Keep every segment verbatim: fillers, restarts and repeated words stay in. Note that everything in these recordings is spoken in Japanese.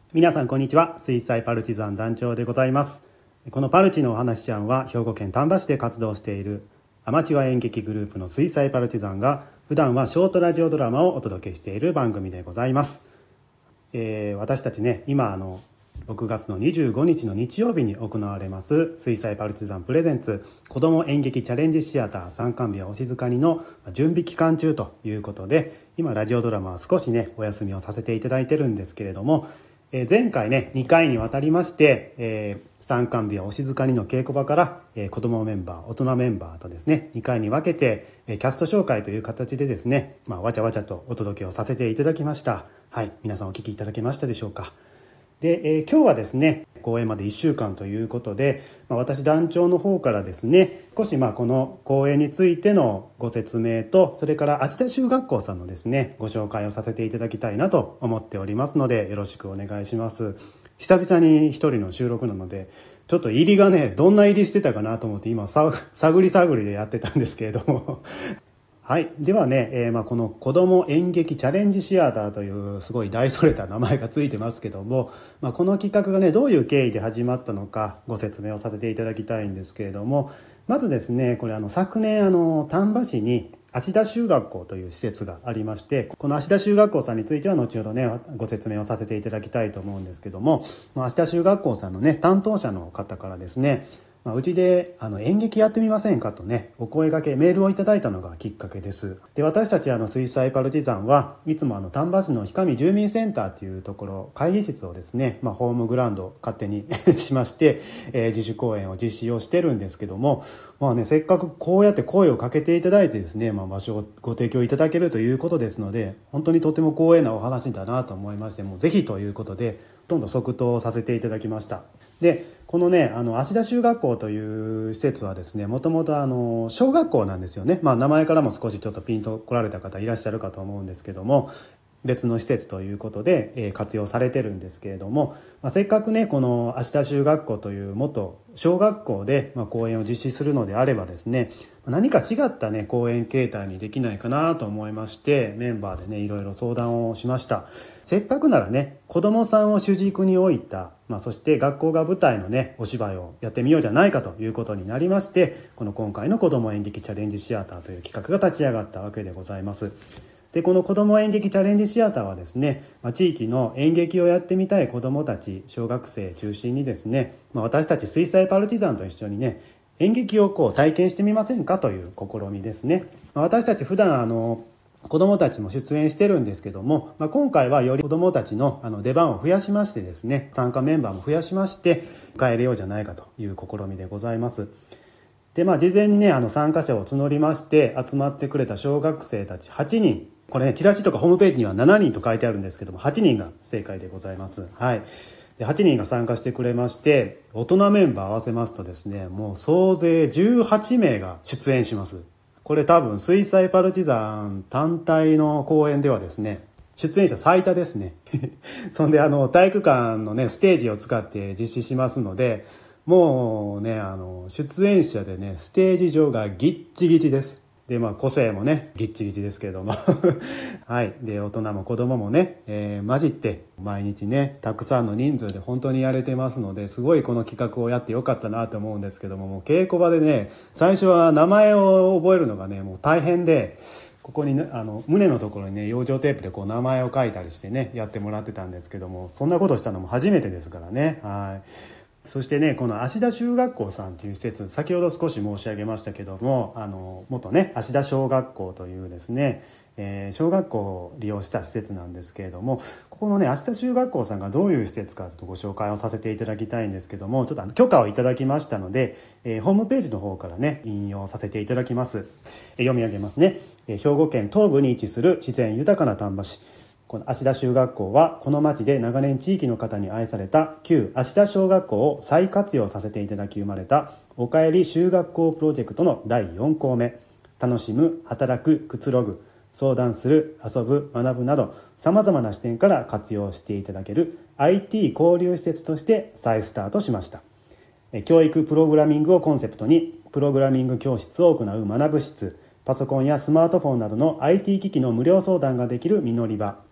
皆さんこんにちは。水彩パルチザン団長でございます。このパルチのお話ちゃんは兵庫県丹波市で活動しているアマチュア演劇グループの水彩パルチザンが普段はショートラジオドラマをお届けしている番組でございます。えー、私たちね今あのろくがつのにじゅうごにちの日曜日に行われます水彩パルチザンプレゼンツ子ども演劇チャレンジシアター参観日はお静かにの準備期間中ということで、今ラジオドラマは少しねお休みをさせていただいてるんですけれども、えー、前回ねにかいにわたりまして、えー、参観日はお静かにの稽古場から、えー、子どもメンバー大人メンバーとですねにかいに分けて、えー、キャスト紹介という形でですね、まあ、わちゃわちゃとお届けをさせていただきました。はい、皆さんお聞きいただけましたでしょうか。で、えー、今日はですね公演までいっしゅうかんということで、まあ、私団長の方からですね少しまあこの公演についてのご説明と、それから芦田中学校さんのですねご紹介をさせていただきたいなと思っておりますので、よろしくお願いします。久々に一人の収録なのでちょっと入りがねどんな入りしてたかなと思って今さ探り探りでやってたんですけれどもはい、ではね、えーまあ、この子ども演劇チャレンジシアターというすごい大それた名前がついてますけども、まあ、この企画がねどういう経緯で始まったのかご説明をさせていただきたいんですけれども、まずですねこれあの昨年あの丹波市に芦田中学校という施設がありまして、この芦田中学校さんについては後ほどねご説明をさせていただきたいと思うんですけども、芦田中学校さんのね担当者の方からですね、まあ、うちであの演劇やってみませんかとねお声掛けメールをいただいたのがきっかけです。で、私たちあの水彩パルチザンはいつもあの丹波市の氷上住民センターというところ会議室をですね、まあ、ホームグラウンド勝手にしまして、えー、自主公演を実施をしてるんですけども、まあね、せっかくこうやって声をかけていただいてですね、まあ、場所をご提供いただけるということですので、本当にとても光栄なお話だなと思いまして、もうぜひということでどんどん即答させていただきました。で、このねあの芦田中学校という施設はですねもともとあの小学校なんですよね。まあ名前からも少しちょっとピンと来られた方いらっしゃるかと思うんですけども、別の施設ということで、えー、活用されてるんですけれども、まあ、せっかくねこの芦田中学校という元小学校で、まあ、講演を実施するのであればですね、何か違ったね講演形態にできないかなと思いまして、メンバーでねいろいろ相談をしました。せっかくならね子どもさんを主軸に置いた、まあ、そして学校が舞台のねお芝居をやってみようじゃないかということになりまして、この今回の子ども演劇チャレンジシアターという企画が立ち上がったわけでございます。で、この子ども演劇チャレンジシアターはですね、まあ、地域の演劇をやってみたい子どもたち小学生中心にですね、まあ、私たち水彩パルチザンと一緒にね演劇をこう体験してみませんかという試みですね。まあ、私たち普段あの子どもたちも出演してるんですけども、まあ、今回はより子どもたちのあの出番を増やしましてですね、参加メンバーも増やしまして迎え入れようじゃないかという試みでございます。で、まあ、事前にねあの参加者を募りまして集まってくれた小学生たちはちにん、これねチラシとかホームページにはしちにんと書いてあるんですけども、はちにんが正解でございます。はい。で、はちにんが参加してくれまして、大人メンバー合わせますとですねもう総勢じゅうはちめいが出演します。これ多分水彩パルチザン単体の公演ではですね出演者最多ですねそんであの体育館のねステージを使って実施しますので、もうねあの出演者でねステージ上がギッチギチです。で、まあ個性もねギッチギチですけれどもはい。で、大人も子供もね、えー、混じって毎日ねたくさんの人数で本当にやれてますので、すごいこの企画をやってよかったなと思うんですけども、もう稽古場でね最初は名前を覚えるのがねもう大変で、ここにねあの胸のところにね養生テープでこう名前を書いたりしてねやってもらってたんですけども、そんなことしたのも初めてですからね。はい。そしてねこの芦田中学校さんという施設、先ほど少し申し上げましたけども、あの元ね芦田小学校というですね、えー、小学校を利用した施設なんですけれども、ここのね芦田中学校さんがどういう施設かとご紹介をさせていただきたいんですけども、ちょっとあの許可をいただきましたので、えー、ホームページの方からね引用させていただきます。えー、読み上げますね。えー、兵庫県東部に位置する自然豊かな丹波市、この芦田中学校はこの町で長年地域の方に愛された旧芦田小学校を再活用させていただき生まれたおかえり修学校プロジェクトのだいよん校目、楽しむ、働く、くつろぐ、相談する、遊ぶ、学ぶなどさまざまな視点から活用していただける アイティー 交流施設として再スタートしました。教育プログラミングをコンセプトにプログラミング教室を行う学ぶ室、パソコンやスマートフォンなどの アイティー 機器の無料相談ができるみのり場、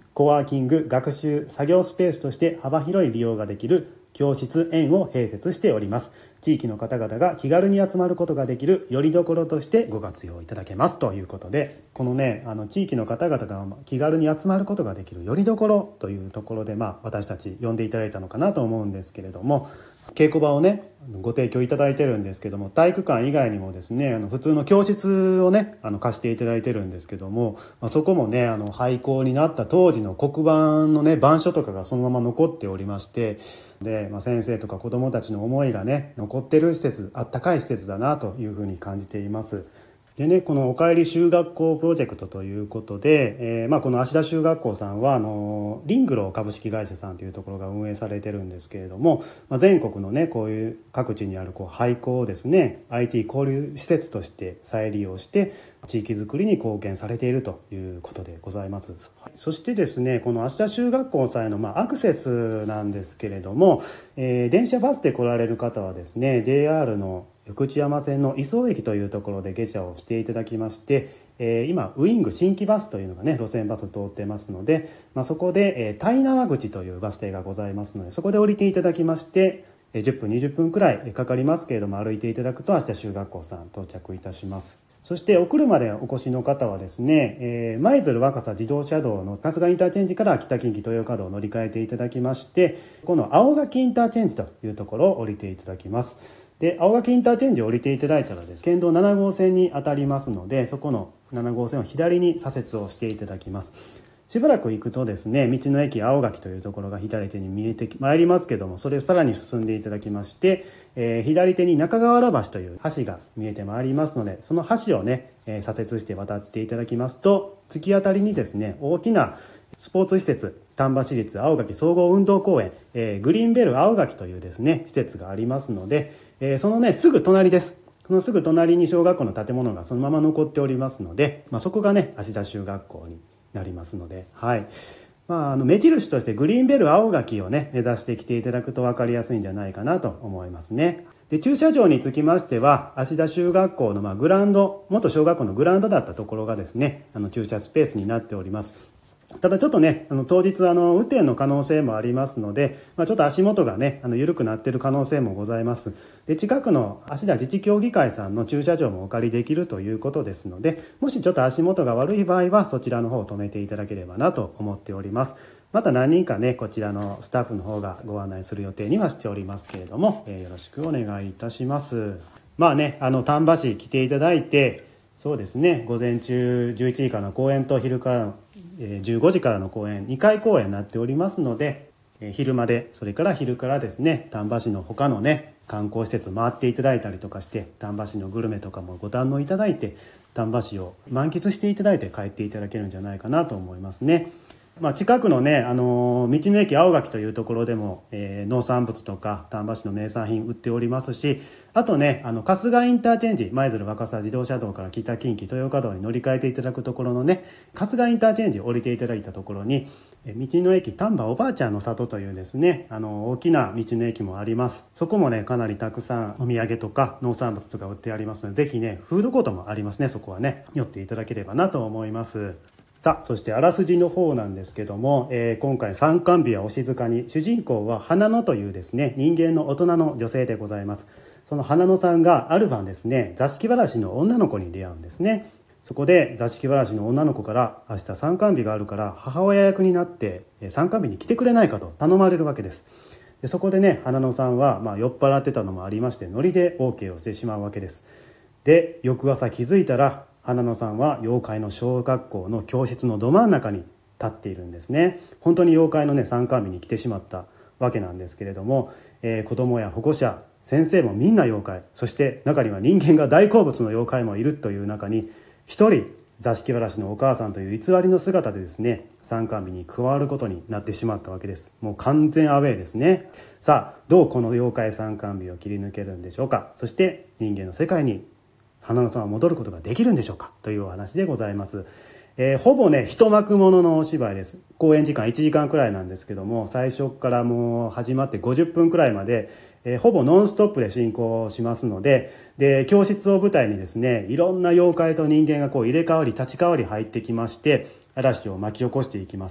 コワーキング、学習、作業スペースとして幅広い利用ができる教室園を併設しております。地域の方々が気軽に集まることができるよりどころとしてご活用いただけますということで、このねあの地域の方々が気軽に集まることができるよりどころというところで、まあ、私たち呼んでいただいたのかなと思うんですけれども、稽古場をねご提供いただいてるんですけども、体育館以外にもですねあの普通の教室をねあの貸していただいてるんですけども、まあ、そこもねあの廃校になった当時の黒板のね板書とかがそのまま残っておりまして、で、まあ、先生とか子どもたちの思いがね残ってる施設、あったかい施設だなというふうに感じています。でね、このおかえり修学校プロジェクトということで、えーまあ、この芦田修学校さんはあのリングロー株式会社さんというところが運営されてるんですけれども、まあ、全国のねこういう各地にあるこう廃校をですね アイティー 交流施設として再利用して地域づくりに貢献されているということでございます。そしてですね、この芦田修学校さんへのまあアクセスなんですけれども、えー、電車バスで来られる方はですね ジェイアール の福知山線の磯駅というところで下車をしていただきまして、えー、今ウイング新規バスというのがね路線バス通ってますので、まあ、そこで、えー、鯛縄口というバス停がございますので、そこで降りていただきまして、えー、じゅっぷんにじゅっぷんくらいかかりますけれども、歩いていただくと芦田修学校さん到着いたします。そしてお車でお越しの方はですね、えー、舞鶴若狭自動車道の春日インターチェンジから北近畿豊川道を乗り換えていただきまして、この青垣インターチェンジというところを降りていただきます。で、青垣インターチェンジを降りていただいたらです、県道なな号線に当たりますので、そこのなな号線を左に左折をしていただきます。しばらく行くとですね、道の駅青垣というところが左手に見えてまいりますけども、それをさらに進んでいただきまして、えー、左手に中川原橋という橋が見えてまいりますので、その橋をね、えー、左折して渡っていただきますと、突き当たりにですね、大きなスポーツ施設、丹波市立青垣総合運動公園、えー、グリーンベル青垣というですね施設がありますので、えー、そのねすぐ隣です。そのすぐ隣に小学校の建物がそのまま残っておりますので、まあ、そこがね芦田修学校になりますので、はい、まあ、あの目印としてグリーンベル青垣をね目指してきていただくと分かりやすいんじゃないかなと思いますね。で、駐車場につきましては芦田修学校のまあグラウンド、元小学校のグラウンドだったところがですねあの駐車スペースになっております。ただちょっとねあの当日あの雨天の可能性もありますので、まあ、ちょっと足元がねあの緩くなっている可能性もございます。で、近くの芦田自治協議会さんの駐車場もお借りできるということですので、もしちょっと足元が悪い場合はそちらの方を止めていただければなと思っております。また何人かねこちらのスタッフの方がご案内する予定にはしておりますけれども、えー、よろしくお願いいたします。まあねあの丹波市来ていただいて、そうですね、午前中じゅういちじからの公演と昼からのじゅうごじからの公演、にかい公演になっておりますので、昼まで、それから昼からですね丹波市の他のね観光施設回っていただいたりとかして、丹波市のグルメとかもご堪能いただいて、丹波市を満喫していただいて帰っていただけるんじゃないかなと思いますね。まあ、近くのね、あの道の駅青垣というところでも、えー、農産物とか丹波市の名産品売っておりますし、あとねあの春日インターチェンジ、舞鶴若狭自動車道から北近畿豊川道に乗り換えていただくところのね春日インターチェンジを降りていただいたところに、え道の駅丹波おばあちゃんの里というですねあの大きな道の駅もあります。そこもねかなりたくさんお土産とか農産物とか売ってありますので、ぜひねフードコートもありますね、そこはね寄っていただければなと思います。さあ、そしてあらすじの方なんですけども、えー、今回参観日はお静かに、主人公は花野というですね人間の大人の女性でございます。その花野さんがある晩ですね座敷わらしの女の子に出会うんですね。そこで座敷わらしの女の子から、明日参観日があるから母親役になって参観日に来てくれないかと頼まれるわけです。で、そこでね花野さんは、まあ、酔っ払ってたのもありましてノリで オーケー をしてしまうわけです。で、翌朝気づいたら花野さんは妖怪の小学校の教室のど真ん中に立っているんですね。本当に妖怪のね参観日に来てしまったわけなんですけれども、えー、子供や保護者、先生もみんな妖怪、そして中には人間が大好物の妖怪もいるという中に、一人座敷わらしのお母さんという偽りの姿でですね参観日に加わることになってしまったわけです。もう完全アウェーですね。さあ、どうこの妖怪参観日を切り抜けるんでしょうか。そして人間の世界に花野さんは戻ることができるんでしょうかというお話でございます。えー、ほぼね一幕もののお芝居です。公演時間いちじかんくらいなんですけども、最初からもう始まってごじゅっぷんくらいまで、えー、ほぼノンストップで進行しますので、で教室を舞台にですねいろんな妖怪と人間がこう入れ替わり立ち替わり入ってきまして、嵐を巻き起こしていきます。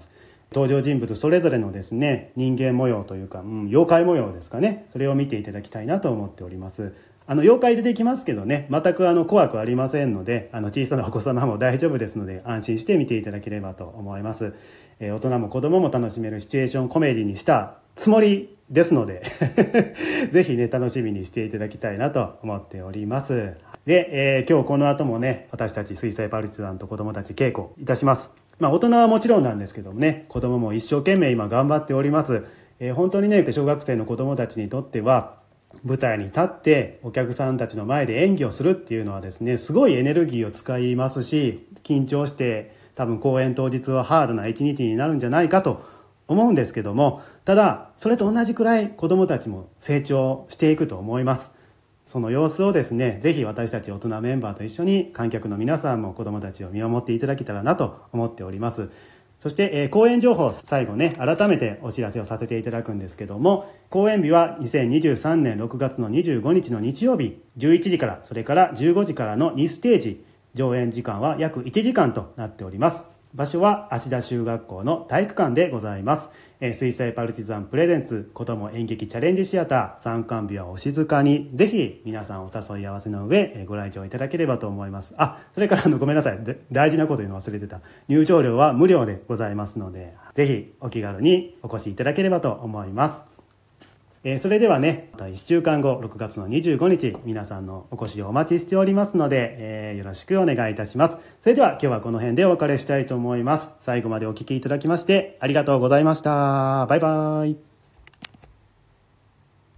登場人物それぞれのですね、人間模様というか、うん、妖怪模様ですかね、それを見ていただきたいなと思っております。あの妖怪出てきますけどね、全くあの怖くありませんので、あの小さなお子様も大丈夫ですので、安心して見ていただければと思います。えー、大人も子供も楽しめるシチュエーションコメディにしたつもりですのでぜひね、楽しみにしていただきたいなと思っております。で、えー、今日この後もね、私たち水彩パルチザンと子供たち稽古いたします。まあ大人はもちろんなんですけどもね、子供も一生懸命今頑張っております。えー、本当にね、小学生の子供たちにとっては、舞台に立ってお客さんたちの前で演技をするっていうのはですね、すごいエネルギーを使いますし、緊張して多分公演当日はハードな一日になるんじゃないかと思うんですけども、ただそれと同じくらい子どもたちも成長していくと思います。その様子をですね、ぜひ私たち大人メンバーと一緒に観客の皆さんも子どもたちを見守っていただけたらなと思っております。そして、えー、公演情報最後ね、改めてお知らせをさせていただくんですけども、公演日はにせんにじゅうさんねんろくがつのにじゅうごにちの日曜日じゅういちじから、それからじゅうごじからのにステージ、上演時間は約いちじかんとなっております。場所は芦田中学校の体育館でございます。えー、水彩パルチザンプレゼンツ子ども演劇チャレンジシアター、参観日はお静かに、ぜひ皆さんお誘い合わせの上、えー、ご来場いただければと思います。あ、それからあのごめんなさい、大事なこと言うの忘れてた。入場料は無料でございますので、ぜひお気軽にお越しいただければと思います。えー、それではね、またいっしゅうかんごろくがつのにじゅうごにち、皆さんのお越しをお待ちしておりますので、えー、よろしくお願いいたします。それでは今日はこの辺でお別れしたいと思います。最後までお聞きいただきましてありがとうございました。バイバイ。